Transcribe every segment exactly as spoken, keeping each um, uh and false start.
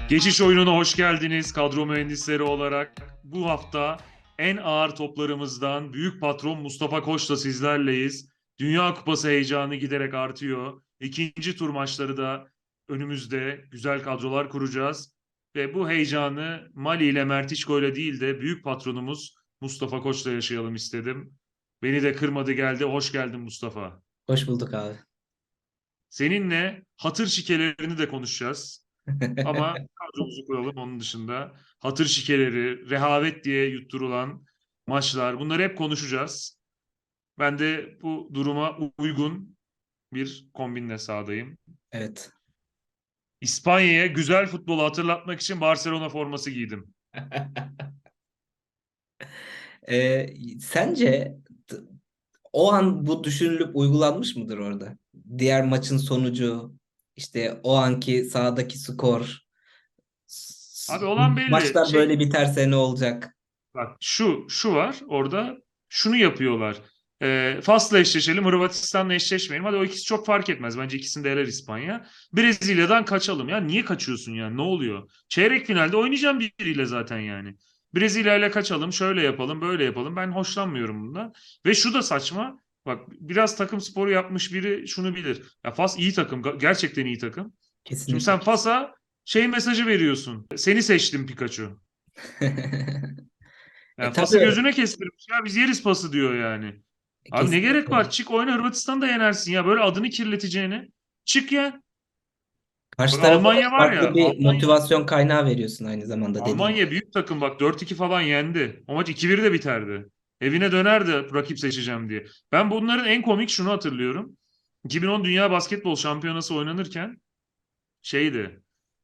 Geçiş oyununa hoş geldiniz kadro mühendisleri olarak. Bu hafta en ağır toplarımızdan büyük patron Mustafa Koç'la sizlerleyiz. Dünya Kupası heyecanı giderek artıyor. İkinci tur maçları da önümüzde güzel kadrolar kuracağız. Ve bu heyecanı Mali ile Mertişko ile değil de büyük patronumuz Mustafa Koç'la yaşayalım istedim. Beni de kırmadı geldi. Hoş geldin Mustafa. Hoş bulduk abi. Seninle hatır şikelerini de konuşacağız. Ama kadromuzu kuralım onun dışında. Hatır şikeleri, rehavet diye yutturulan maçlar bunları hep konuşacağız. Ben de bu duruma uygun bir kombinle sahadayım. Evet. İspanya'ya güzel futbolu hatırlatmak için Barcelona forması giydim. Ee, sence t- o an bu düşünülüp uygulanmış mıdır orada? Diğer maçın sonucu, işte o anki sahadaki skor, s- Abi olan belli. maçlar Şey böyle biterse ne olacak? bak şu şu var orada şunu yapıyorlar. Ee, Fas'la eşleşelim, Hırvatistan'la eşleşmeyelim. Hadi o ikisi çok fark etmez. Bence ikisini de eler İspanya. Brezilya'dan kaçalım. Ya niye kaçıyorsun ya? Ne oluyor? Çeyrek finalde oynayacağım biriyle zaten yani. Brezilya ile kaçalım, şöyle yapalım, böyle yapalım. Ben hoşlanmıyorum bundan. Ve şu da saçma. Bak biraz takım sporu yapmış biri şunu bilir. Ya Fas iyi takım, ga- gerçekten iyi takım. Şimdi Kesinlikle. sen Fas'a şey mesajı veriyorsun. Seni seçtim Pikachu. E Yani Fas'ı tabii. gözüne kestirmiş ya biz yeriz pası diyor yani. Abi ne gerek Kesinlikle. var? Çık oyna Hırvatistan'ı da yenersin ya. Böyle adını kirleteceğini. Çık ya. Karşı Bak tarafa da Almanya var ya. farklı bir Almanya, motivasyon kaynağı veriyorsun aynı zamanda dediğin Almanya gibi. büyük takım bak dört iki falan yendi. O maç iki bir de biterdi. Evine dönerdi rakip seçeceğim diye. Ben bunların en komik şunu hatırlıyorum. iki bin on Dünya Basketbol Şampiyonası oynanırken şeydi.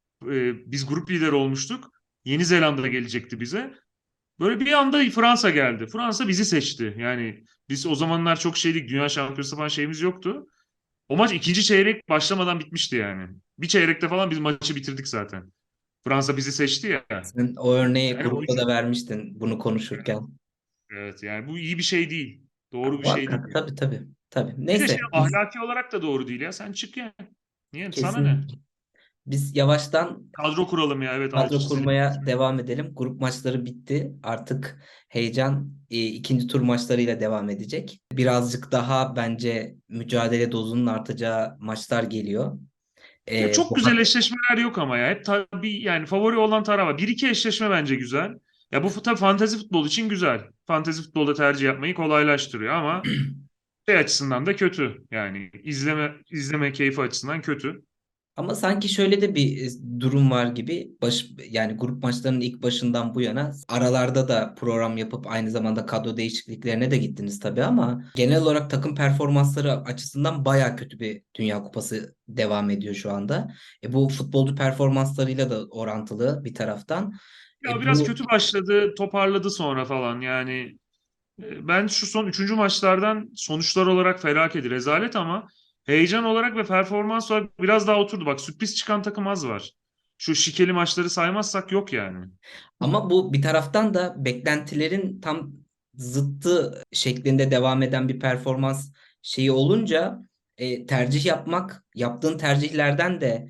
E, biz grup lideri olmuştuk. Yeni Zelanda gelecekti bize. Böyle bir anda Fransa geldi. Fransa bizi seçti. Yani biz o zamanlar çok şeydik. Dünya şampiyonası falan şeyimiz yoktu. O maç ikinci çeyrek başlamadan bitmişti yani. Bir çeyrekte falan biz maçı bitirdik zaten. Fransa bizi seçti ya. Sen o örneği Yani o grupta hiç- da vermiştin bunu konuşurken. evet yani bu iyi bir şey değil. Ya, Doğru bir şey muhakkak değil. tabii tabii. Tabii. Bir de Neyse şey biz ahlaki olarak da doğru değil ya. Sen çık yani. Niye? Sana ne? kesin biz yavaştan Kadro kuralım ya. Evet altı kadro çizilim. kurmaya devam edelim. Grup maçları bitti. Artık heyecan e, ikinci tur maçlarıyla devam edecek. Birazcık daha bence mücadele dozunun artacağı maçlar geliyor. Ya E, çok bu güzel hat- eşleşmeler yok ama ya. Hep tabii yani favori olan taraf var. Bir iki eşleşme bence güzel. Ya bu tabii fantezi futbol için güzel. Fantezi futbolda tercih yapmayı kolaylaştırıyor ama şey açısından da kötü. Yani izleme izleme keyfi açısından kötü. Ama sanki şöyle de bir e, durum var gibi. Baş, yani grup maçlarının ilk başından bu yana aralarda da program yapıp aynı zamanda kadro değişikliklerine de gittiniz tabii ama genel olarak takım performansları açısından baya kötü bir Dünya Kupası devam ediyor şu anda. E, bu futbolcu performanslarıyla da orantılı bir taraftan. Ya E, biraz bu kötü başladı, toparladı sonra falan. Yani e, ben şu son üçüncü maçlardan sonuçlar olarak felaket, rezalet ama heyecan olarak ve performans olarak biraz daha oturdu. Bak sürpriz çıkan takım az var. Şu şikeli maçları saymazsak yok yani. Ama bu bir taraftan da beklentilerin tam zıttı şeklinde devam eden bir performans şeyi olunca e, tercih yapmak, yaptığın tercihlerden de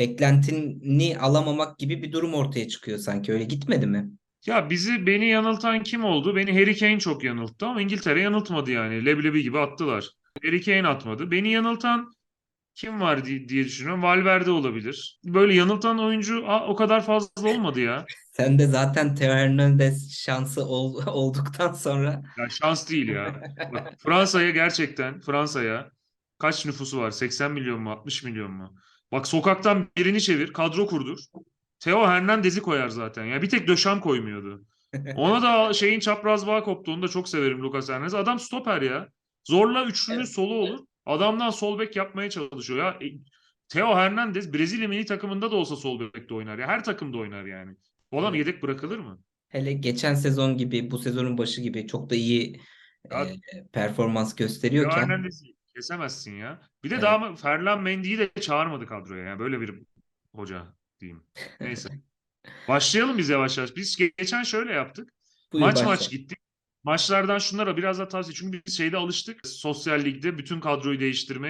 beklentini alamamak gibi bir durum ortaya çıkıyor sanki. Öyle gitmedi mi? Ya bizi beni yanıltan kim oldu? Beni Harry Kane çok yanılttı ama İngiltere yanıltmadı yani. Leblebi gibi attılar. Harry Kane atmadı. Beni yanıltan kim var di- diye düşünüyorum. Valverde olabilir. Böyle yanıltan oyuncu a, o kadar fazla olmadı ya. Sen de zaten Theo Hernandez şansı ol- olduktan sonra Ya şans değil ya. Bak Fransa'ya gerçekten Fransa'ya kaç nüfusu var? seksen milyon mu? altmış milyon mu? Bak sokaktan birini çevir, kadro kurdur. Theo Hernandez'i koyar zaten. Ya bir tek Döşam koymuyordu. Ona da şeyin çapraz bağı koptu. Onu da çok severim Lucas Hernandez. Adam stoper ya. Zorla üçlünün evet, solu olur. Adamdan sol bek yapmaya çalışıyor ya. E, Theo Hernandez Brezilya milli takımında da olsa sol bekte oynar ya. Her takımda oynar yani. O adam evet. yedek bırakılır mı? Hele geçen sezon gibi, bu sezonun başı gibi çok da iyi e, Ya performans Theo gösteriyorken Hernandez'i kesemezsin ya. Bir de evet. daha Ferland Mendy'yi de çağırmadı kadroya. Yani böyle bir hoca diyeyim. Neyse. Başlayalım biz yavaş yavaş. Biz geçen şöyle yaptık. Buyur Maç başla. maç gittik. Maçlardan şunlara biraz da tavsiye. Çünkü biz şeyde alıştık. Sosyal ligde bütün kadroyu değiştirmeye.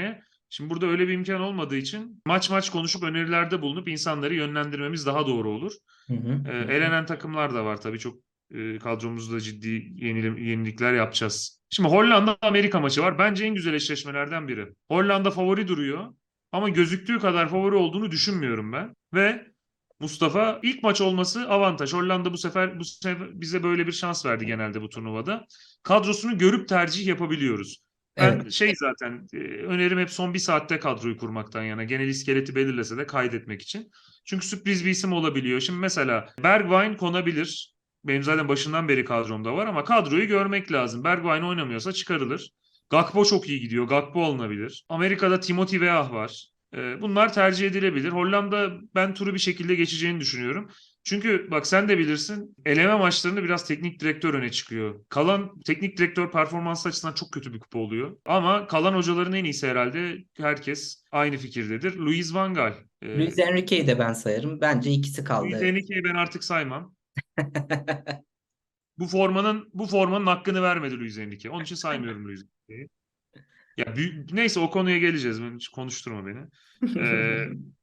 Şimdi burada öyle bir imkan olmadığı için maç maç konuşup önerilerde bulunup insanları yönlendirmemiz daha doğru olur. Hı hı, Ee, hı hı. elenen takımlar da var tabii, çok e, kadromuzda ciddi yenili- yenilikler yapacağız. Şimdi Hollanda Amerika maçı var. Bence en güzel eşleşmelerden biri. Hollanda favori duruyor ama gözüktüğü kadar favori olduğunu düşünmüyorum ben. Ve Mustafa, ilk maç olması avantaj. Hollanda bu sefer bu sefer bize böyle bir şans verdi genelde bu turnuvada. Kadrosunu görüp tercih yapabiliyoruz. Evet. Ben şey zaten e, önerim hep son bir saatte kadroyu kurmaktan yana. Genel iskeleti belirlese de kaydetmek için. Çünkü sürpriz bir isim olabiliyor. Şimdi mesela Bergwijn konabilir. Benim zaten başından beri kadromda var ama kadroyu görmek lazım. Bergwijn oynamıyorsa çıkarılır. Gakpo çok iyi gidiyor. Gakpo alınabilir. Amerika'da Timothy Weah var. Ee, bunlar tercih edilebilir. Hollanda, ben turu bir şekilde geçeceğini düşünüyorum. Çünkü bak sen de bilirsin, eleme maçlarında biraz teknik direktör öne çıkıyor. Kalan teknik direktör performans açısından çok kötü bir kupa oluyor. Ama kalan hocaların en iyisi herhalde, herkes aynı fikirdedir. Louis van Gaal. Ee, Luis Enrique'yi de ben sayarım. Bence ikisi Luis kaldı. Enrique'yi ben artık saymam. Bu formanın bu formanın hakkını vermedi Luis Enrique. Onun için saymıyorum Luis Enrique'yi. Ya büyük, neyse o konuya geleceğiz. Ben, hiç konuşturma beni. Ee,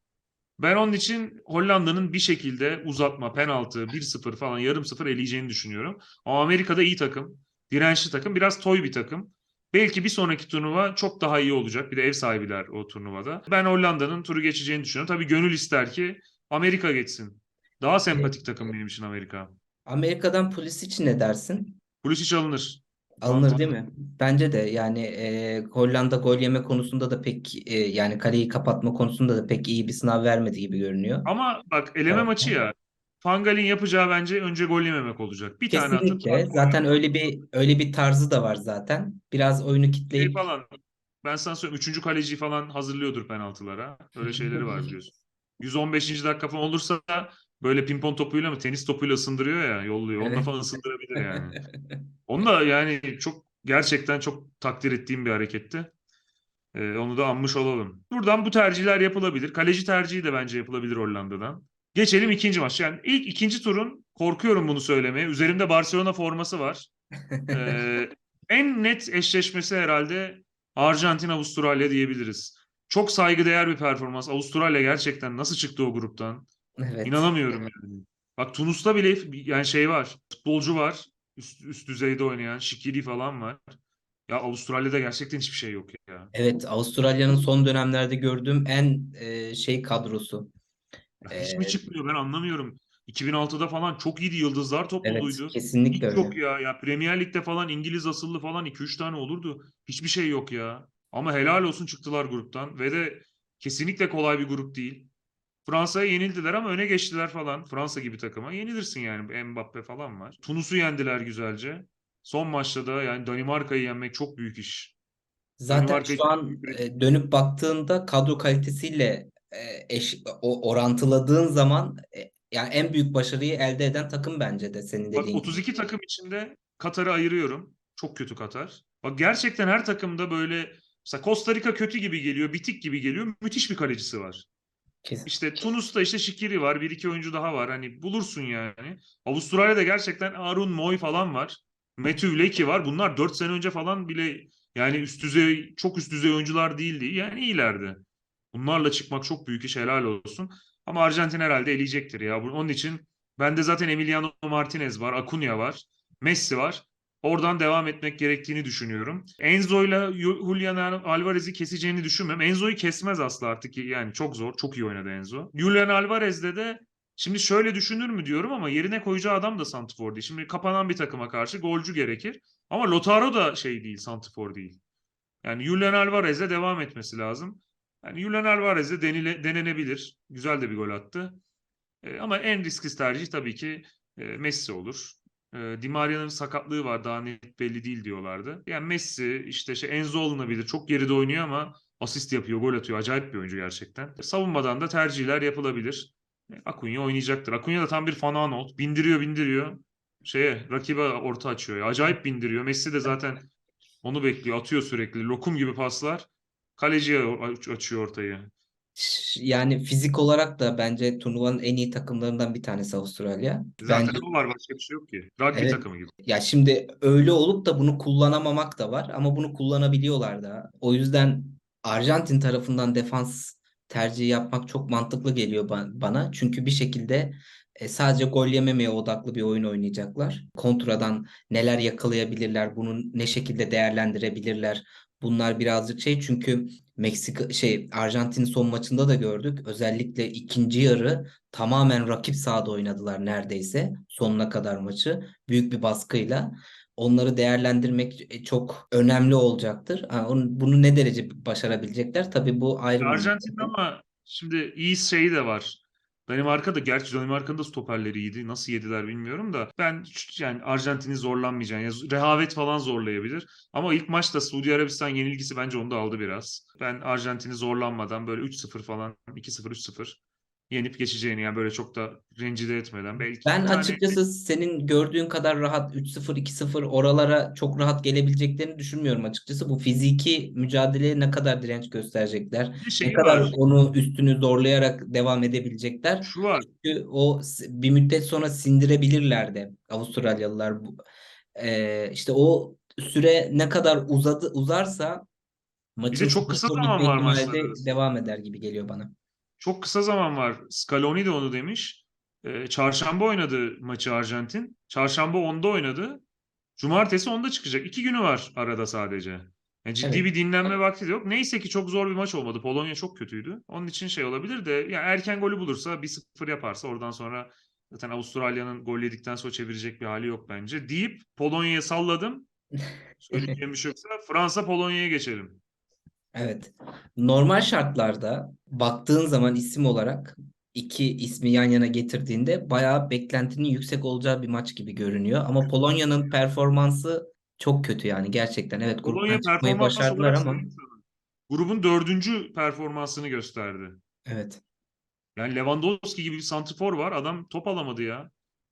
Ben onun için Hollanda'nın bir şekilde uzatma, penaltı, bir sıfır falan, yarım sıfır eleyeceğini düşünüyorum. Ama Amerika'da iyi takım, dirençli takım, biraz toy bir takım. Belki bir sonraki turnuva çok daha iyi olacak. Bir de ev sahibiler o turnuvada. Ben Hollanda'nın turu geçeceğini düşünüyorum. Tabii gönül ister ki Amerika geçsin. Daha E, sempatik takım benim için Amerika. Amerika'dan Pulisic ne dersin? Pulisic alınır. Alınır değil mi? Bence de yani e, Hollanda gol yeme konusunda da pek e, yani kaleyi kapatma konusunda da pek iyi bir sınav vermedi gibi görünüyor. Ama bak, eleme maçı Taraftan. ya. Fangal'in yapacağı bence önce gol yememek olacak. Bir tane atıp Kesinlikle. hadi gol Zaten öyle bir öyle bir tarzı da var zaten. Biraz oyunu şey kitleyip falan. Ben sana söyleyeyim. Üçüncü kaleci falan hazırlıyordur penaltılara. Öyle şeyleri var biliyorsun. yüz on beşinci dakika falan olursa böyle pimpon topuyla mı, tenis topuyla ısındırıyor ya, yolluyor. Onunla evet. falan ısındırabilir yani. Onu da yani çok, gerçekten çok takdir ettiğim bir hareketti. Ee, onu da anmış olalım. Buradan bu tercihler yapılabilir. Kaleci tercihi de bence yapılabilir Hollanda'dan. Geçelim ikinci maç. Yani ilk ikinci turun, korkuyorum bunu söylemeye, üzerimde Barcelona forması var. Ee, En net eşleşmesi herhalde Arjantin-Avustralya diyebiliriz. Çok saygıdeğer bir performans. Avustralya gerçekten nasıl çıktı o gruptan? Evet. İnanamıyorum yani. Bak Tunus'ta bile yani şey var. Futbolcu var. Üst, üst düzeyde oynayan. Şikiri falan var. Ya Avustralya'da gerçekten hiçbir şey yok ya. Evet, Avustralya'nın son dönemlerde gördüğüm en e, şey kadrosu. Ya E, hiç mi çıkmıyor, ben anlamıyorum. iki bin altıda falan çok iyiydi. Yıldızlar evet, topluluğuydu. kesinlikle Hiç öyle. yok ya. Ya Premier Lig'de falan İngiliz asıllı falan iki üç tane olurdu. Hiçbir şey yok ya. Ama helal olsun, çıktılar gruptan. Ve de kesinlikle kolay bir grup değil. Fransa'ya yenildiler ama öne geçtiler falan. Fransa gibi takıma yenilirsin yani. Mbappe falan var. Tunus'u yendiler güzelce. Son maçta da yani Danimarka'yı yenmek çok büyük iş. Zaten Danimarka şu için an büyük bir... e, dönüp baktığında kadro kalitesiyle e, eş, o, orantıladığın zaman e, yani en büyük başarıyı elde eden takım bence de senin Bak dediğin gibi. otuz iki takım içinde Katar'ı ayırıyorum. Çok kötü Katar. Bak gerçekten her takımda böyle, mesela Costa Rica kötü gibi geliyor, bitik gibi geliyor. Müthiş bir kalecisi var. Kesin. İşte Tunus'ta işte Şikiri var. Bir iki oyuncu daha var. Hani bulursun yani. Avustralya'da gerçekten Arun Moy falan var. Matthew Lecky var. Bunlar dört sene önce falan bile yani üst düzey, çok üst düzey oyuncular değildi. Yani iyilerdi. Bunlarla çıkmak çok büyük iş, helal olsun. Ama Arjantin herhalde eleyecektir ya. Bu- Onun için bende zaten Emiliano Martinez var, Acuna var, Messi var. Oradan devam etmek gerektiğini düşünüyorum. Enzo'yla Ju- Julian Alvarez'i keseceğini düşünmüyorum. Enzo'yu kesmez asla artık. Yani çok zor. Çok iyi oynadı Enzo. Julian Alvarez'de de şimdi şöyle düşünür mü diyorum ama yerine koyacağı adam da santrfor değil. Şimdi kapanan bir takıma karşı golcü gerekir. Ama Lautaro da şey değil, santrfor değil. Yani Julian Alvarez'e devam etmesi lazım. Yani Julian Alvarez'e denile, denenebilir. Güzel de bir gol attı. E, ama en risksiz tercih tabii ki e, Messi olur. E, Di Maria'nın sakatlığı var, daha net belli değil diyorlardı. Yani Messi, işte şey Enzo alınabilir. Çok geride oynuyor ama asist yapıyor, gol atıyor. Acayip bir oyuncu gerçekten. Savunmadan da tercihler yapılabilir. E, Acuna oynayacaktır. Acuna da tam bir Fananot. Bindiriyor bindiriyor. Şeye, rakibe orta açıyor. Ya. Acayip bindiriyor. Messi de zaten onu bekliyor. Atıyor sürekli. Lokum gibi paslar. Kaleciye açıyor ortayı. Ş- Yani fizik olarak da bence turnuvanın en iyi takımlarından bir tanesi Avustralya. Bence Zaten o var. Başka bir şey yok ki. Rugby evet. takımı gibi. Ya şimdi öyle olup da bunu kullanamamak da var ama bunu kullanabiliyorlar da. O yüzden Arjantin tarafından defans tercihi yapmak çok mantıklı geliyor ba- bana. Çünkü bir şekilde e, sadece gol yememeye odaklı bir oyun oynayacaklar. Kontradan neler yakalayabilirler, bunu ne şekilde değerlendirebilirler. Bunlar birazcık şey, çünkü Meksika şey Arjantin son maçında da gördük. Özellikle ikinci yarı tamamen rakip sahada oynadılar neredeyse sonuna kadar maçı büyük bir baskıyla. Onları değerlendirmek e, çok önemli olacaktır. Ha, onu- Bunu ne derece başarabilecekler? Tabii bu ayrı bir Arjantin'in mesele. ama şimdi iyi şeyi de var. Danimarka'da, gerçi Danimarka'nın da stoperleri iyiydi. Nasıl yediler bilmiyorum da. Ben ş- yani Arjantin'i zorlanmayacağını, yani rehavet falan zorlayabilir. Ama ilk maçta Suudi Arabistan yenilgisi bence onu da aldı biraz. Ben Arjantin'i zorlanmadan böyle üç sıfır falan, iki sıfır üç sıfır yenip geçeceğini, yani böyle çok da rencide etmeden, belki Ben bir tane. açıkçası senin gördüğün kadar rahat üç sıfır iki sıfır oralara çok rahat gelebileceklerini düşünmüyorum açıkçası. Bu fiziki mücadeleye ne kadar direnç gösterecekler, Bir de ne şeyi kadar var. onu üstünü zorlayarak devam edebilecekler. Şu var. Çünkü o s- bir müddet sonra sindirebilirler de Avustralyalılar. Bu- Ee, işte o süre ne kadar uzadı uzarsa Bir de maçın çok kısa sıfır zaman bitme var ihtimali maçlar de arasında. devam eder gibi geliyor bana. Çok kısa zaman var. Scaloni de onu demiş. Ee, çarşamba oynadı maçı Arjantin. Çarşamba onda oynadı. Cumartesi onda çıkacak. İki günü var arada sadece. Yani ciddi Evet. bir dinlenme vakti de yok. Neyse ki çok zor bir maç olmadı. Polonya çok kötüydü. Onun için şey olabilir de, ya erken golü bulursa, bir sıfır yaparsa, oradan sonra zaten Avustralya'nın gol yedikten sonra çevirecek bir hali yok bence deyip Polonya'ya salladım. Söyleyeceğim bir şey yoksa Fransa Polonya'ya geçelim. Evet. Normal şartlarda baktığın zaman isim olarak iki ismi yan yana getirdiğinde bayağı beklentinin yüksek olacağı bir maç gibi görünüyor. Ama Polonya'nın performansı çok kötü yani gerçekten. Evet, gruptan Polonya çıkmayı performans başardılar olarak ama söyleyeyim sana. Grubun dördüncü performansını gösterdi. evet. Yani Lewandowski gibi bir santrfor var. Adam top alamadı ya.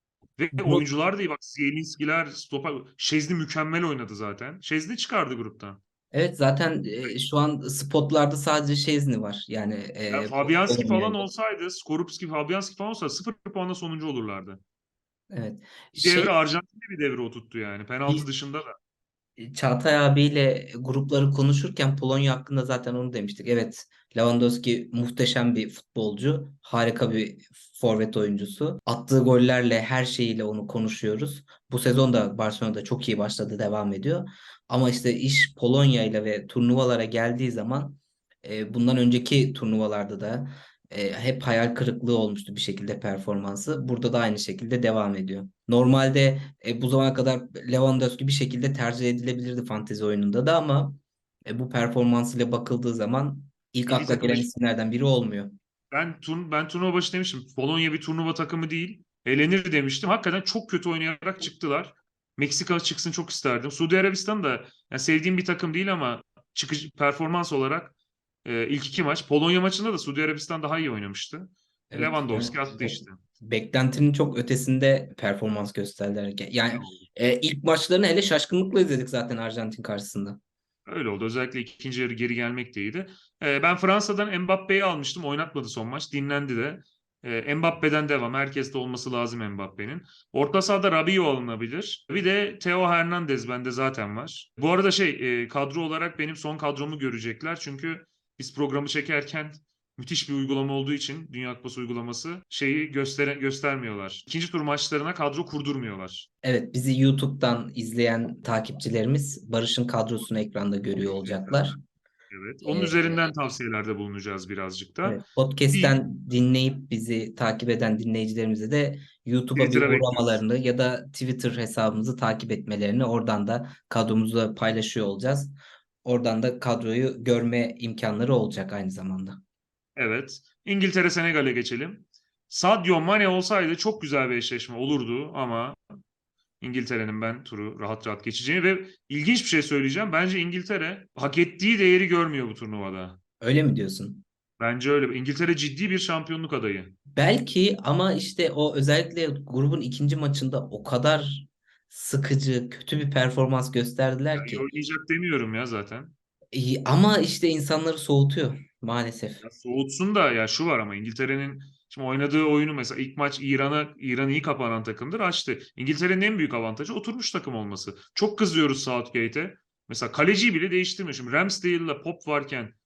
Ve Bunu oyuncular da iyi. Bak, Zielinski'ler, stoper. Şezli mükemmel oynadı zaten. Şezli çıkardı gruptan. evet, zaten e, şu an spotlarda sadece Şezni var. Yani Ya e, Fabianski falan Polonya'yla. olsaydı, Skorupski, Fabianski falan olsaydı sıfır puanla sonuncu olurlardı. Evet. Bir Şey devre Arjantin'de bir devre oturttu yani. Penaltı biz dışında da. Çağatay abiyle grupları konuşurken Polonya hakkında zaten onu demiştik. Evet, Lewandowski muhteşem bir futbolcu, harika bir forvet oyuncusu. Attığı gollerle, her şeyiyle onu konuşuyoruz. Bu sezon da Barcelona'da çok iyi başladı, devam ediyor. Ama işte iş Polonya ile ve turnuvalara geldiği zaman e, bundan önceki turnuvalarda da e, hep hayal kırıklığı olmuştu bir şekilde performansı. Burada da aynı şekilde devam ediyor. Normalde e, bu zamana kadar Lewandowski bir şekilde tercih edilebilirdi fantezi oyununda da ama e, bu performansıyla bakıldığı zaman ilk Milli akla takım gelen hiç. isimlerden biri olmuyor. Ben, turn, ben turnuva başı demiştim. Polonya bir turnuva takımı değil. Elenir demiştim. Hakikaten çok kötü oynayarak çıktılar. Meksika çıksın çok isterdim. Suudi Arabistan da yani sevdiğim bir takım değil ama çıkıcı performans olarak e, ilk iki maç. Polonya maçında da Suudi Arabistan daha iyi oynamıştı. Evet, yani Lewandowski attı be- işte. beklentinin çok ötesinde performans gösterdiler. Öyle Yani oldu. e, ilk maçlarını hele şaşkınlıkla izledik zaten Arjantin karşısında. Öyle oldu. Özellikle ikinci yarı geri gelmek de iyiydi. E, ben Fransa'dan Mbappe'yi almıştım. Oynatmadı son maç. Dinlendi de. E, Mbappe'den devam. Herkeste olması lazım Mbappe'nin. Orta sahada Rabiot alınabilir. Bir de Theo Hernandez bende zaten var. Bu arada şey, e, kadro olarak benim son kadromu görecekler. Çünkü biz programı çekerken müthiş bir uygulama olduğu için, Dünya Kupası uygulaması, şeyi gösteren göstermiyorlar. İkinci tur maçlarına kadro kurdurmuyorlar. Evet, bizi YouTube'dan izleyen takipçilerimiz Barış'ın kadrosunu ekranda görüyor olacaklar. Evet. Onun E, üzerinden tavsiyelerde bulunacağız birazcık da. Evet, Bir podcast'ten dinleyip bizi takip eden dinleyicilerimize de YouTube'a bir Twitter'a bekliyoruz. uğramalarını ya da Twitter hesabımızı takip etmelerini, oradan da kadromuzu da paylaşıyor olacağız. Oradan da kadroyu görme imkanları olacak aynı zamanda. Evet. İngiltere Senegal'e geçelim. Sadio Mane olsaydı çok güzel bir eşleşme olurdu ama İngiltere'nin ben turu rahat rahat geçeceğini ve ilginç bir şey söyleyeceğim. Bence İngiltere hak ettiği değeri görmüyor bu turnuvada. Öyle mi diyorsun? Bence öyle. İngiltere ciddi bir şampiyonluk adayı. Belki ama işte o özellikle grubun ikinci maçında o kadar sıkıcı, kötü bir performans Ya gösterdiler iyi ki. oynayacak demiyorum ya zaten. İyi, ama işte insanları soğutuyor maalesef. Ya soğutsun da, ya şu var ama İngiltere'nin şimdi oynadığı oyunu, mesela ilk maç İran'a İran iyi kapanan takımdır, açtı. İngiltere'nin en büyük avantajı oturmuş takım olması. Çok kızıyoruz Southgate'e. Mesela kaleciyi bile değiştirmiyor. Şimdi Ramsdale'la Pop varken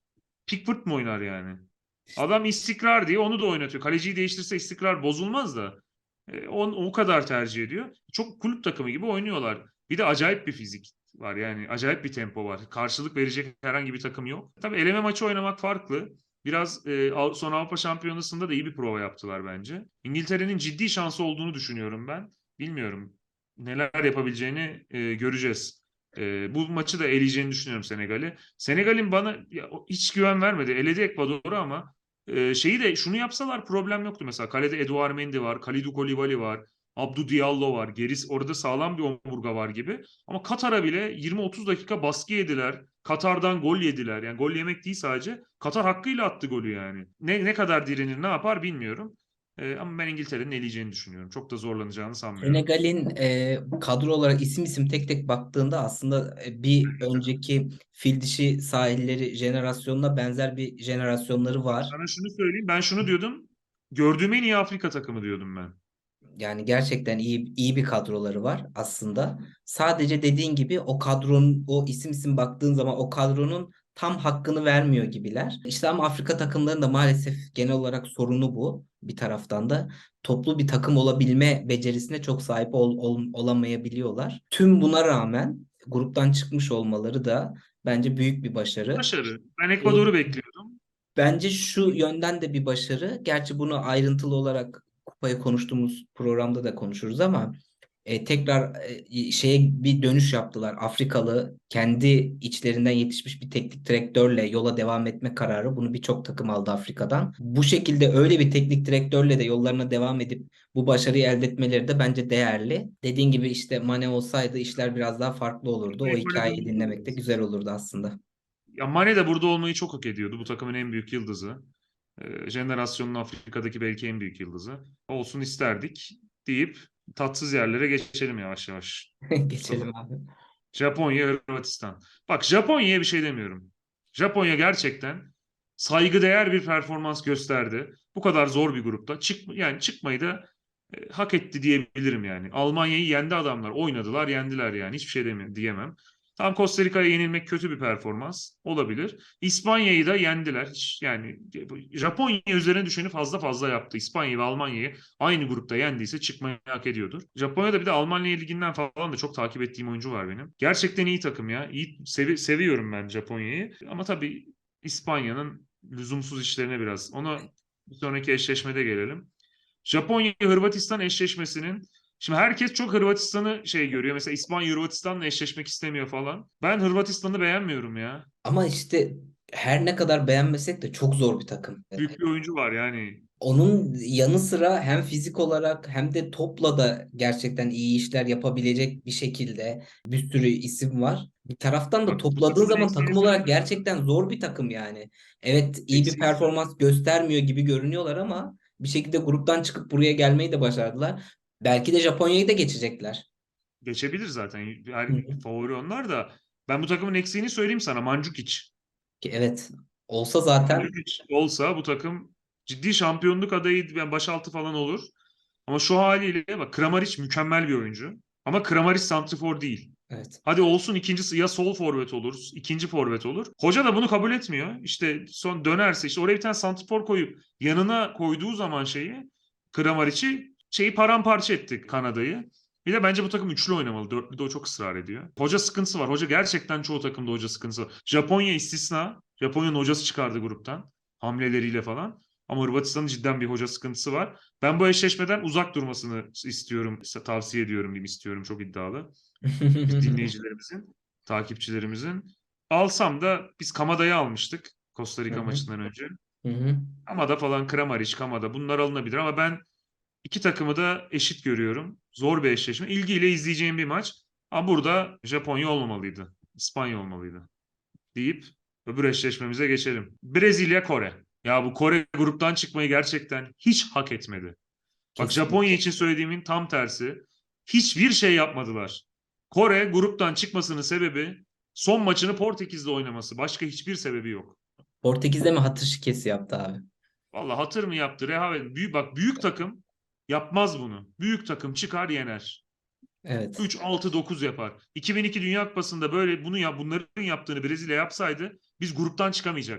Pickford mu oynar yani? Adam istikrar diye onu da oynatıyor. Kaleciyi değiştirse istikrar bozulmaz da. E, on, o kadar tercih ediyor. Çok kulüp takımı gibi oynuyorlar. Bir de acayip bir fizik var yani. Acayip bir tempo var. Karşılık verecek herhangi bir takım yok. Tabii eleme maçı oynamak farklı. Biraz e, Av- son Avrupa Şampiyonası'nda da iyi bir prova yaptılar bence. İngiltere'nin ciddi şansı olduğunu düşünüyorum ben. Bilmiyorum. Neler yapabileceğini e, göreceğiz. E, bu maçı da eleyeceğini düşünüyorum Senegal'i. Senegal'in bana ya, hiç güven vermedi. Eledi Ekvador'u ama e, şeyi de şunu yapsalar problem yoktu. Mesela kalede Eduard Mendy var, Kalidou Koulibaly var, Abdou Diallo var. Gerisi orada sağlam bir omurga var gibi. Ama Katar'a bile yirmi otuz dakika baskı yediler. Katar'dan gol yediler. Yani gol yemek değil sadece. Katar hakkıyla attı golü yani. Ne ne kadar direnir, ne yapar bilmiyorum. E, ama ben İngiltere'nin eleyeceğini düşünüyorum. Çok da zorlanacağını sanmıyorum. Senegal'in e, kadro olarak isim isim tek tek baktığında aslında e, bir önceki fil dişi sahilleri jenerasyonuna benzer bir jenerasyonları var. Sana şunu söyleyeyim. Ben şunu diyordum. Gördüğüm en iyi Afrika takımı diyordum ben. Yani gerçekten iyi iyi bir kadroları var aslında. Sadece dediğin gibi o kadronun o isim isim baktığın zaman o kadronun tam hakkını vermiyor gibiler. İşte ama Afrika takımlarının da maalesef genel olarak sorunu bu. Bir taraftan da toplu bir takım olabilme becerisine çok sahip ol, ol- olamayabiliyorlar. Tüm buna rağmen gruptan çıkmış olmaları da bence büyük bir başarı. Başarı. Ben E, Ekvador'u bekliyordum. Bence şu yönden de bir başarı. Gerçi bunu ayrıntılı olarak kupayı konuştuğumuz programda da konuşuruz ama e, tekrar e, şeye bir dönüş yaptılar. Afrikalı kendi içlerinden yetişmiş bir teknik direktörle yola devam etme kararı. Bunu birçok takım aldı Afrika'dan. Bu şekilde öyle bir teknik direktörle de yollarına devam edip bu başarıyı elde etmeleri de bence değerli. Dediğin gibi işte Mane olsaydı işler biraz daha farklı olurdu. O Ekvador'da hikayeyi olurdu dinlemek de biraz. güzel olurdu aslında. Ya Mane de burada olmayı çok hak ediyordu. Bu takımın en büyük yıldızı. Ee, jenerasyonun Afrika'daki belki en büyük yıldızı. Olsun isterdik deyip tatsız yerlere geçelim yavaş yavaş. Mustafa. Geçelim abi. Japonya, Hırvatistan. Bak Japonya'ya bir şey demiyorum. Japonya gerçekten saygıdeğer bir performans gösterdi. Bu kadar zor bir grupta. Çık, yani çıkmayı da e, hak etti diyebilirim yani. Almanya'yı yendi adamlar. Oynadılar, yendiler yani. Hiçbir şey demi- diyemem. Tam Costa Rica'ya yenilmek kötü bir performans olabilir. İspanya'yı da yendiler. Hiç, yani Japonya üzerine düşeni fazla fazla yaptı. İspanya ve Almanya'yı aynı grupta yendiyse çıkmayı hak ediyordur. Japonya'da bir de Almanya Ligi'nden falan da çok takip ettiğim oyuncu var benim. Gerçekten iyi takım ya. İyi, sevi- seviyorum ben Japonya'yı. Ama tabii İspanya'nın lüzumsuz işlerine biraz. Ona bir sonraki eşleşmede gelelim. Japonya-Hırvatistan eşleşmesinin şimdi herkes çok Hırvatistan'ı şey görüyor. Mesela İspanya Hırvatistan'la eşleşmek istemiyor falan. Ben Hırvatistan'ı beğenmiyorum ya. Ama işte her ne kadar beğenmesek de çok zor bir takım. Büyük bir oyuncu var yani. Onun yanı sıra hem fizik olarak hem de topla da gerçekten iyi işler yapabilecek bir şekilde bir sürü isim var. Bir taraftan da Bak bu topladığın takımın zaman eksiğini takım olarak söyleyeyim mi gerçekten sana? zor bir takım yani. Evet iyi bir Eksiğini söyleyeyim. performans göstermiyor gibi görünüyorlar ama bir şekilde gruptan çıkıp buraya gelmeyi de başardılar. Belki de Japonya'yı da geçecekler. Geçebilir zaten. Hı Her hı. favori onlar da. Ben bu takımın eksiğini söyleyeyim sana. Mandzukic. Ki evet olsa zaten Mandzukic olsa bu takım ciddi şampiyonluk adayı yani başaltı falan olur. Ama şu haliyle bak Kramaric mükemmel bir oyuncu. Ama Kramaric santrafor değil. evet. Hadi olsun ikincisi ya sol forvet olur, ikinci forvet olur. Hoca da bunu kabul etmiyor. İşte son dönerse işte oraya bir tane santrafor koyup yanına koyduğu zaman şeyi Kramaric'i şeyi paramparça etti Kanada'yı. Bir de bence bu takım üçlü oynamalı. Dörtlü de o çok ısrar ediyor. Hoca sıkıntısı var. Hoca gerçekten çoğu takımda hoca sıkıntısı var. Japonya istisna. Japonya'nın hocası çıkardı gruptan. Hamleleriyle falan. Ama Hırvatistan'ın cidden bir hoca sıkıntısı var. Ben bu eşleşmeden uzak durmasını istiyorum. Tavsiye ediyorum diyeyim istiyorum. Çok iddialı dinleyicilerimizin, takipçilerimizin. Alsam da biz Kamada'yı almıştık Costa Hı Rica hı. maçından önce. Hı hı. Kamada falan, Kramaric, Kamada bunlar alınabilir ama ben iki takımı da eşit görüyorum. Zor bir eşleşme. İlgiyle izleyeceğim bir maç. Ama burada Japonya olmamalıydı. İspanya olmalıydı deyip öbür eşleşmemize geçelim. Brezilya, Kore. Ya bu Kore gruptan çıkmayı gerçekten hiç hak etmedi. Bak Japonya Kesinlikle. için söylediğimin tam tersi. Hiçbir şey yapmadılar. Kore gruptan çıkmasının sebebi son maçını Portekiz'de oynaması. Başka hiçbir sebebi yok. Portekiz'de mi hatır şikesi yaptı abi? Vallahi hatır mı yaptı? Rehavet. Büyük, bak büyük takım yapmaz bunu. Büyük takım çıkar yener. Evet. üç altı dokuz yapar. iki bin iki Dünya Kupası'nda böyle bunu ya bunların yaptığını Brezilya yapsaydı biz gruptan çıkamayacaktık.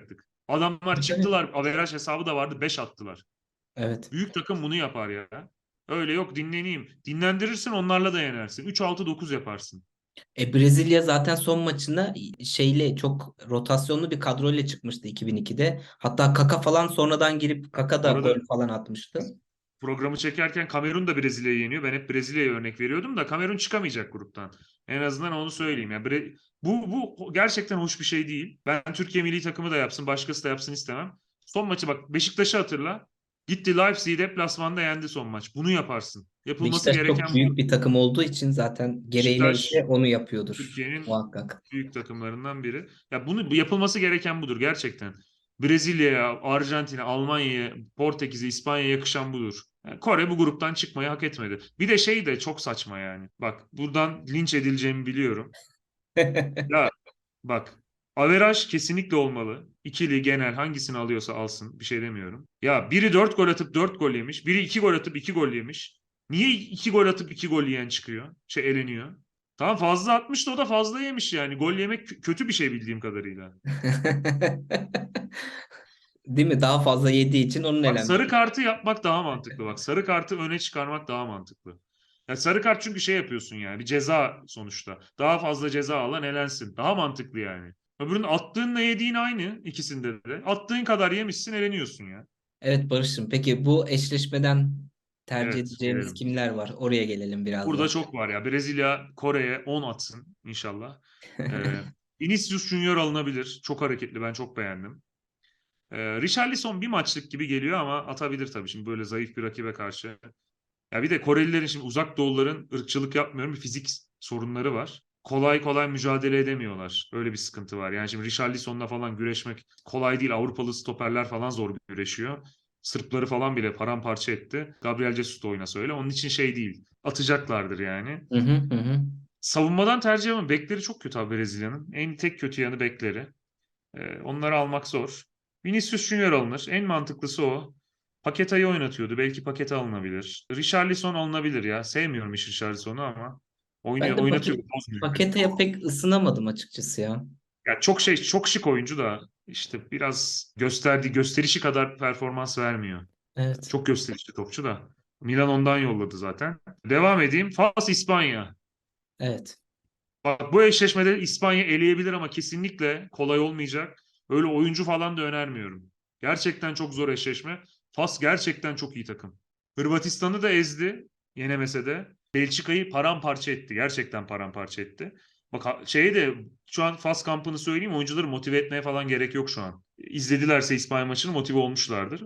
Adamlar Tabii. çıktılar. Averaj hesabı da vardı. Beş attılar. Evet. Büyük takım bunu yapar ya. Öyle yok dinleneyim. Dinlendirirsin onlarla da yenersin. üç altı dokuz yaparsın. E, Brezilya zaten son maçına şeyle çok rotasyonlu bir kadroyla çıkmıştı iki bin ikide. Hatta Kaka falan sonradan girip Kaka Bu da arada gol falan atmıştı. programı çekerken Kamerun da Brezilya'yı yeniyor. Ben hep Brezilya'ya örnek veriyordum da Kamerun çıkamayacak gruptan. En azından onu söyleyeyim. Yani Bre- bu, bu gerçekten hoş bir şey değil. Ben Türkiye milli takımı da yapsın, başkası da yapsın istemem. Son maçı bak Beşiktaş'ı hatırla. Gitti Leipzig'i deplasmanda yendi son maç. Bunu yaparsın. Yapılması Beşiktaş çok gereken bu. büyük bir takım olduğu için zaten gereği Beşiktaş neyse onu yapıyordur Türkiye'nin muhakkak. büyük takımlarından biri. Ya bunu bu yapılması gereken budur gerçekten. Brezilya'ya, Arjantin'e, Almanya'ya, Portekiz'e, İspanya'ya yakışan budur. Yani Kore bu gruptan çıkmayı hak etmedi. Bir de şey de çok saçma yani. Bak buradan linç edileceğimi biliyorum. Ya bak averaj kesinlikle olmalı. İkili genel hangisini alıyorsa alsın. Bir şey demiyorum. Ya biri dört gol atıp dört gol yemiş. Biri iki gol atıp iki gol yemiş. Niye iki gol atıp iki gol yiyen çıkıyor? Şey eleniyor. Tamam fazla atmış da o da fazla yemiş yani. Gol yemek kö- kötü bir şey bildiğim kadarıyla. Değil mi? Daha fazla yediği için onun Bak elenmiş. sarı kartı yapmak daha mantıklı. Bak sarı kartı öne çıkarmak daha mantıklı. Ya sarı kart çünkü şey yapıyorsun yani bir ceza sonuçta. Daha fazla ceza alan elensin. Daha mantıklı yani. Öbürünün attığınla yediğin aynı ikisinde de. Attığın kadar yemişsin eleniyorsun ya. Evet Barış'ım. Peki bu eşleşmeden tercih Evet edeceğimiz gelelim. kimler var? Oraya gelelim biraz Burada da. çok var ya. Brezilya Kore'ye on atsın inşallah. Ee, Vinicius Junior alınabilir. Çok hareketli ben çok beğendim. Ee, Richarlison bir maçlık gibi geliyor ama atabilir tabii şimdi böyle zayıf bir rakibe karşı. Ya bir de Korelilerin şimdi uzak doğuların ırkçılık yapmıyorum bir fizik sorunları var. Kolay kolay mücadele edemiyorlar. Öyle bir sıkıntı var. Yani şimdi Richarlison'la falan güreşmek kolay değil. Avrupalı stoperler falan zor güreşiyor. Sırpları falan bile paramparça etti. Gabriel Jesus da oynasa öyle. Onun için şey değil. Atacaklardır yani. Hı hı hı. Hı. Savunmadan tercih ama bekleri çok kötü abi Brezilya'nın. En tek kötü yanı bekleri. Ee, onları almak zor. Vinicius Junior alınır. En mantıklısı o. Paqueta'yı oynatıyordu. Belki Paqueta alınabilir. Richarlison alınabilir ya. Sevmiyorum hiç Richarlison'u ama Ben oynuyor, de oynatıyor. paket, Bozmuyor. paketeye pek ısınamadım açıkçası ya. Ya çok şey, çok şık oyuncu da işte biraz gösterdiği gösterişi kadar performans vermiyor. Evet. Çok gösterişli topçu da. Milan ondan yolladı zaten. Devam edeyim. Fas İspanya. Evet. Bak bu eşleşmede İspanya eleyebilir ama kesinlikle kolay olmayacak. Öyle oyuncu falan da önermiyorum. Gerçekten çok zor eşleşme. Fas gerçekten çok iyi takım. Hırvatistan'ı da ezdi. Yenemese de. Belçika'yı paramparça etti. Gerçekten paramparça etti. Bak ha- şeye de şu an Fas kampını söyleyeyim. Oyuncuları motive etmeye falan gerek yok şu an. İzledilerse İspanya maçını motive olmuşlardır.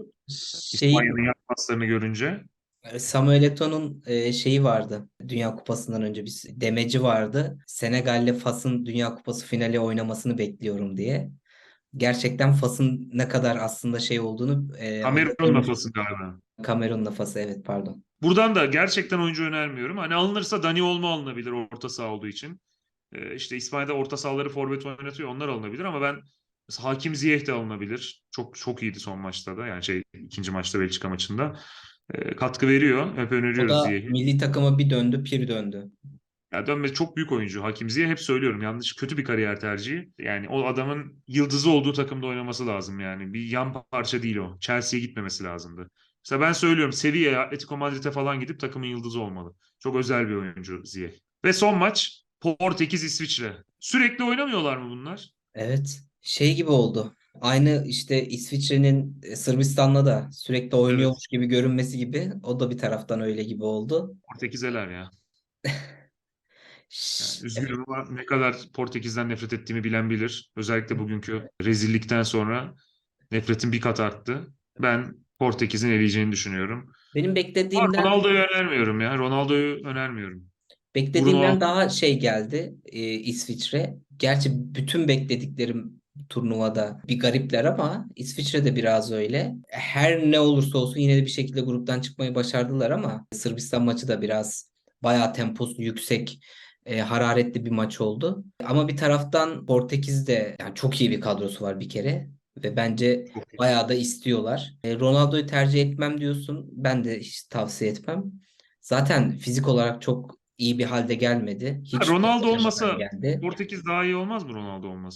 Şey İspanya'nın yapmaslarını görünce. Samuel Eto'o'nun e, şeyi vardı. Dünya Kupası'ndan önce bir demeci vardı. Senegal'le Fas'ın Dünya Kupası finali oynamasını bekliyorum diye. Gerçekten Fas'ın ne kadar aslında şey olduğunu e, o da Kamerun lafası görmüştüm. galiba. Kamerun'la Fas'ı evet pardon. Buradan da gerçekten oyuncu önermiyorum. Hani alınırsa Dani Olmo alınabilir orta saha olduğu için. Ee, işte İspanya'da orta sahaları forvet oynatıyor. Onlar alınabilir ama ben mesela Hakim Ziyech de alınabilir. Çok çok iyiydi son maçta da. Yani şey ikinci maçta Belçika maçında. Ee, katkı veriyor. Hep O öneriyoruz da Ziyech'i. milli takıma bir döndü, pir döndü. Ya dönme çok büyük oyuncu. Hakim Ziyech hep söylüyorum. Yanlış kötü bir kariyer tercihi. Yani o adamın yıldızı olduğu takımda oynaması lazım yani. Bir yan parça değil o. Chelsea'ye gitmemesi lazımdı. Mesela ben söylüyorum Sevilla, Atletico Madrid'e falan gidip takımın yıldızı olmalı. Çok özel bir oyuncu Ziyech. Ve son maç Portekiz İsviçre. Sürekli oynamıyorlar mı bunlar? Evet. Şey gibi oldu. Aynı işte İsviçre'nin e, Sırbistan'la da sürekli Evet. oynuyormuş gibi görünmesi gibi. O da bir taraftan öyle gibi oldu. Portekiz'eler ya. Yani Ş- üzgünüm ama ne kadar Portekiz'den nefret ettiğimi bilen bilir. Özellikle bugünkü rezillikten sonra nefretim bir kat arttı. Ben Portekiz'in eleyeceğini düşünüyorum. Benim Ama beklediğimden Ronaldo'yu önermiyorum ya. Ronaldo'yu önermiyorum. Bruno beklediğimden Alves daha şey geldi e, İsviçre. Gerçi bütün beklediklerim turnuvada bir garipler ama İsviçre de biraz öyle. Her ne olursa olsun yine de bir şekilde gruptan çıkmayı başardılar ama Sırbistan maçı da biraz bayağı temposu yüksek, e, hararetli bir maç oldu. Ama bir taraftan Portekiz'de yani çok iyi bir kadrosu var bir kere ve bence çok iyi. bayağı da istiyorlar. E, Ronaldo'yu tercih etmem diyorsun. Ben de hiç tavsiye etmem. Zaten fizik olarak çok iyi bir halde gelmedi. Ha, Hiç top Ronaldo oynamadan olmasa geldi. Portekiz daha iyi olmaz mı Ronaldo olmasa?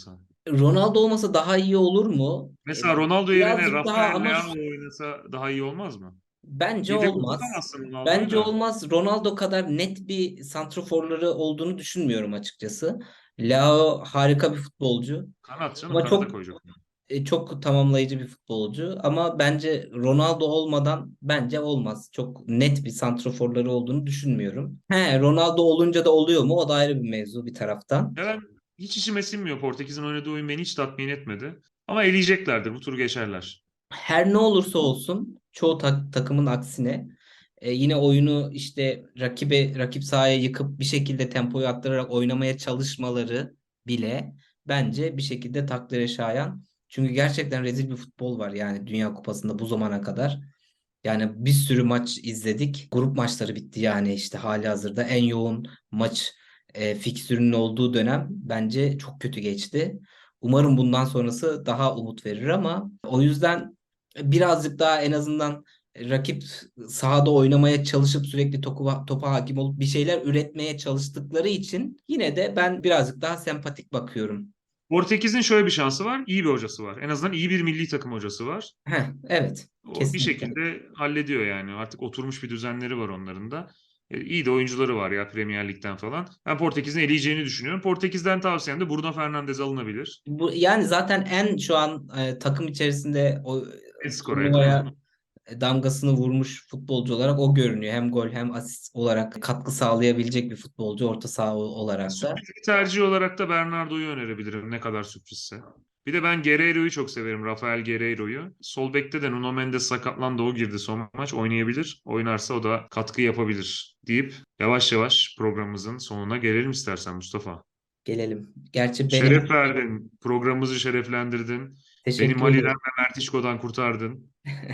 Ronaldo olmasa daha iyi olur mu? E, Mesela Ronaldo yerine birazcık daha Rafael ama Leao ş- oynasa daha iyi olmaz mı? bence Yedek olmaz. oturtamazsın Ronaldo'yu Bence da. olmaz. Ronaldo kadar net bir santraforları olduğunu düşünmüyorum açıkçası. Leao harika bir futbolcu Kanat canım, ama kanata çok koyacak. e, çok tamamlayıcı bir futbolcu. Ama bence Ronaldo olmadan bence olmaz. Çok net bir santraforları olduğunu düşünmüyorum. He, Ronaldo olunca da oluyor mu? O da ayrı bir mevzu bir taraftan. Ya ben hiç içime sinmiyor. Portekiz'in oynadığı oyun beni hiç tatmin etmedi. Ama eleyeceklerdir. Bu turu geçerler. Her ne olursa olsun çoğu tak- takımın aksine e, yine oyunu işte rakibe rakip sahaya yıkıp bir şekilde tempoyu arttırarak oynamaya çalışmaları bile bence bir şekilde takdire şayan. Çünkü gerçekten rezil bir futbol var yani Dünya Kupası'nda bu zamana kadar. Yani bir sürü maç izledik. Grup maçları bitti yani işte hali hazırda en yoğun maç e, fikstürünün olduğu dönem bence çok kötü geçti. Umarım bundan sonrası daha umut verir ama o yüzden birazcık daha en azından rakip sahada oynamaya çalışıp sürekli topa, topa hakim olup bir şeyler üretmeye çalıştıkları için yine de ben birazcık daha sempatik bakıyorum. Portekiz'in şöyle bir şansı var. İyi bir hocası var. En azından iyi bir milli takım hocası var. Heh, evet, O bir kesinlikle. şekilde hallediyor yani. Artık oturmuş bir düzenleri var onların da. E, iyi de oyuncuları var ya Premier Lig'den falan. Ben Portekiz'in eleyeceğini düşünüyorum. Portekiz'den tavsiyem de Bruno Fernandes alınabilir. Bu, yani zaten en şu an e, takım içerisinde o Net e, skora yakın turnuvaya adam. damgasını vurmuş futbolcu olarak o görünüyor. Hem gol hem asist olarak katkı sağlayabilecek bir futbolcu orta saha olarak da. Sürpriz bir tercih olarak da Bernardo'yu önerebilirim ne kadar sürprizse. Bir de ben Guerreiro'yu çok severim. Rafael Guerreiro'yu. Sol bekte de Nuno Mendes sakatlandı. O girdi son maç. Oynayabilir. Oynarsa o da katkı yapabilir deyip yavaş yavaş programımızın sonuna gelelim istersen Mustafa. Gelelim. Gerçi benim Şeref verdin. Programımızı şereflendirdin. Beni teşekkür Mali'den ederim. ve Mertişko'dan kurtardın.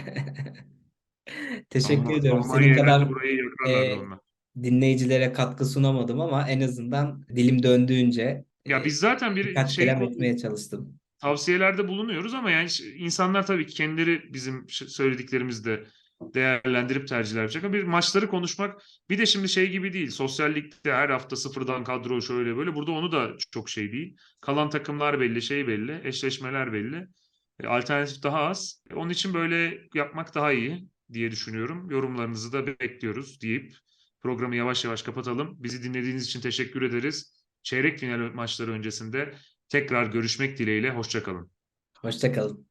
Teşekkür Alm ediyorum. Senin Almanya'ya gelse kadar burayı yakarlardı e, onlar. dinleyicilere katkı sunamadım ama en azından dilim döndüğünce Ya e, biz zaten bir birkaç şey kelam konu etmeye çalıştım. tavsiyelerde bulunuyoruz ama yani ş- insanlar tabii ki kendileri bizim ş- söylediklerimizi de değerlendirip tercihler yapacak. Ama bir maçları konuşmak bir de şimdi şey gibi değil. Sosyal ligde her hafta sıfırdan kadro şöyle böyle. Burada onu da çok şey değil. Kalan takımlar belli, şey belli, eşleşmeler belli. E, alternatif daha az. E, onun için böyle yapmak daha iyi diye düşünüyorum. Yorumlarınızı da bekliyoruz deyip programı yavaş yavaş kapatalım. Bizi dinlediğiniz için teşekkür ederiz. Çeyrek final maçları öncesinde tekrar görüşmek dileğiyle. Hoşça kalın. Hoşça kalın.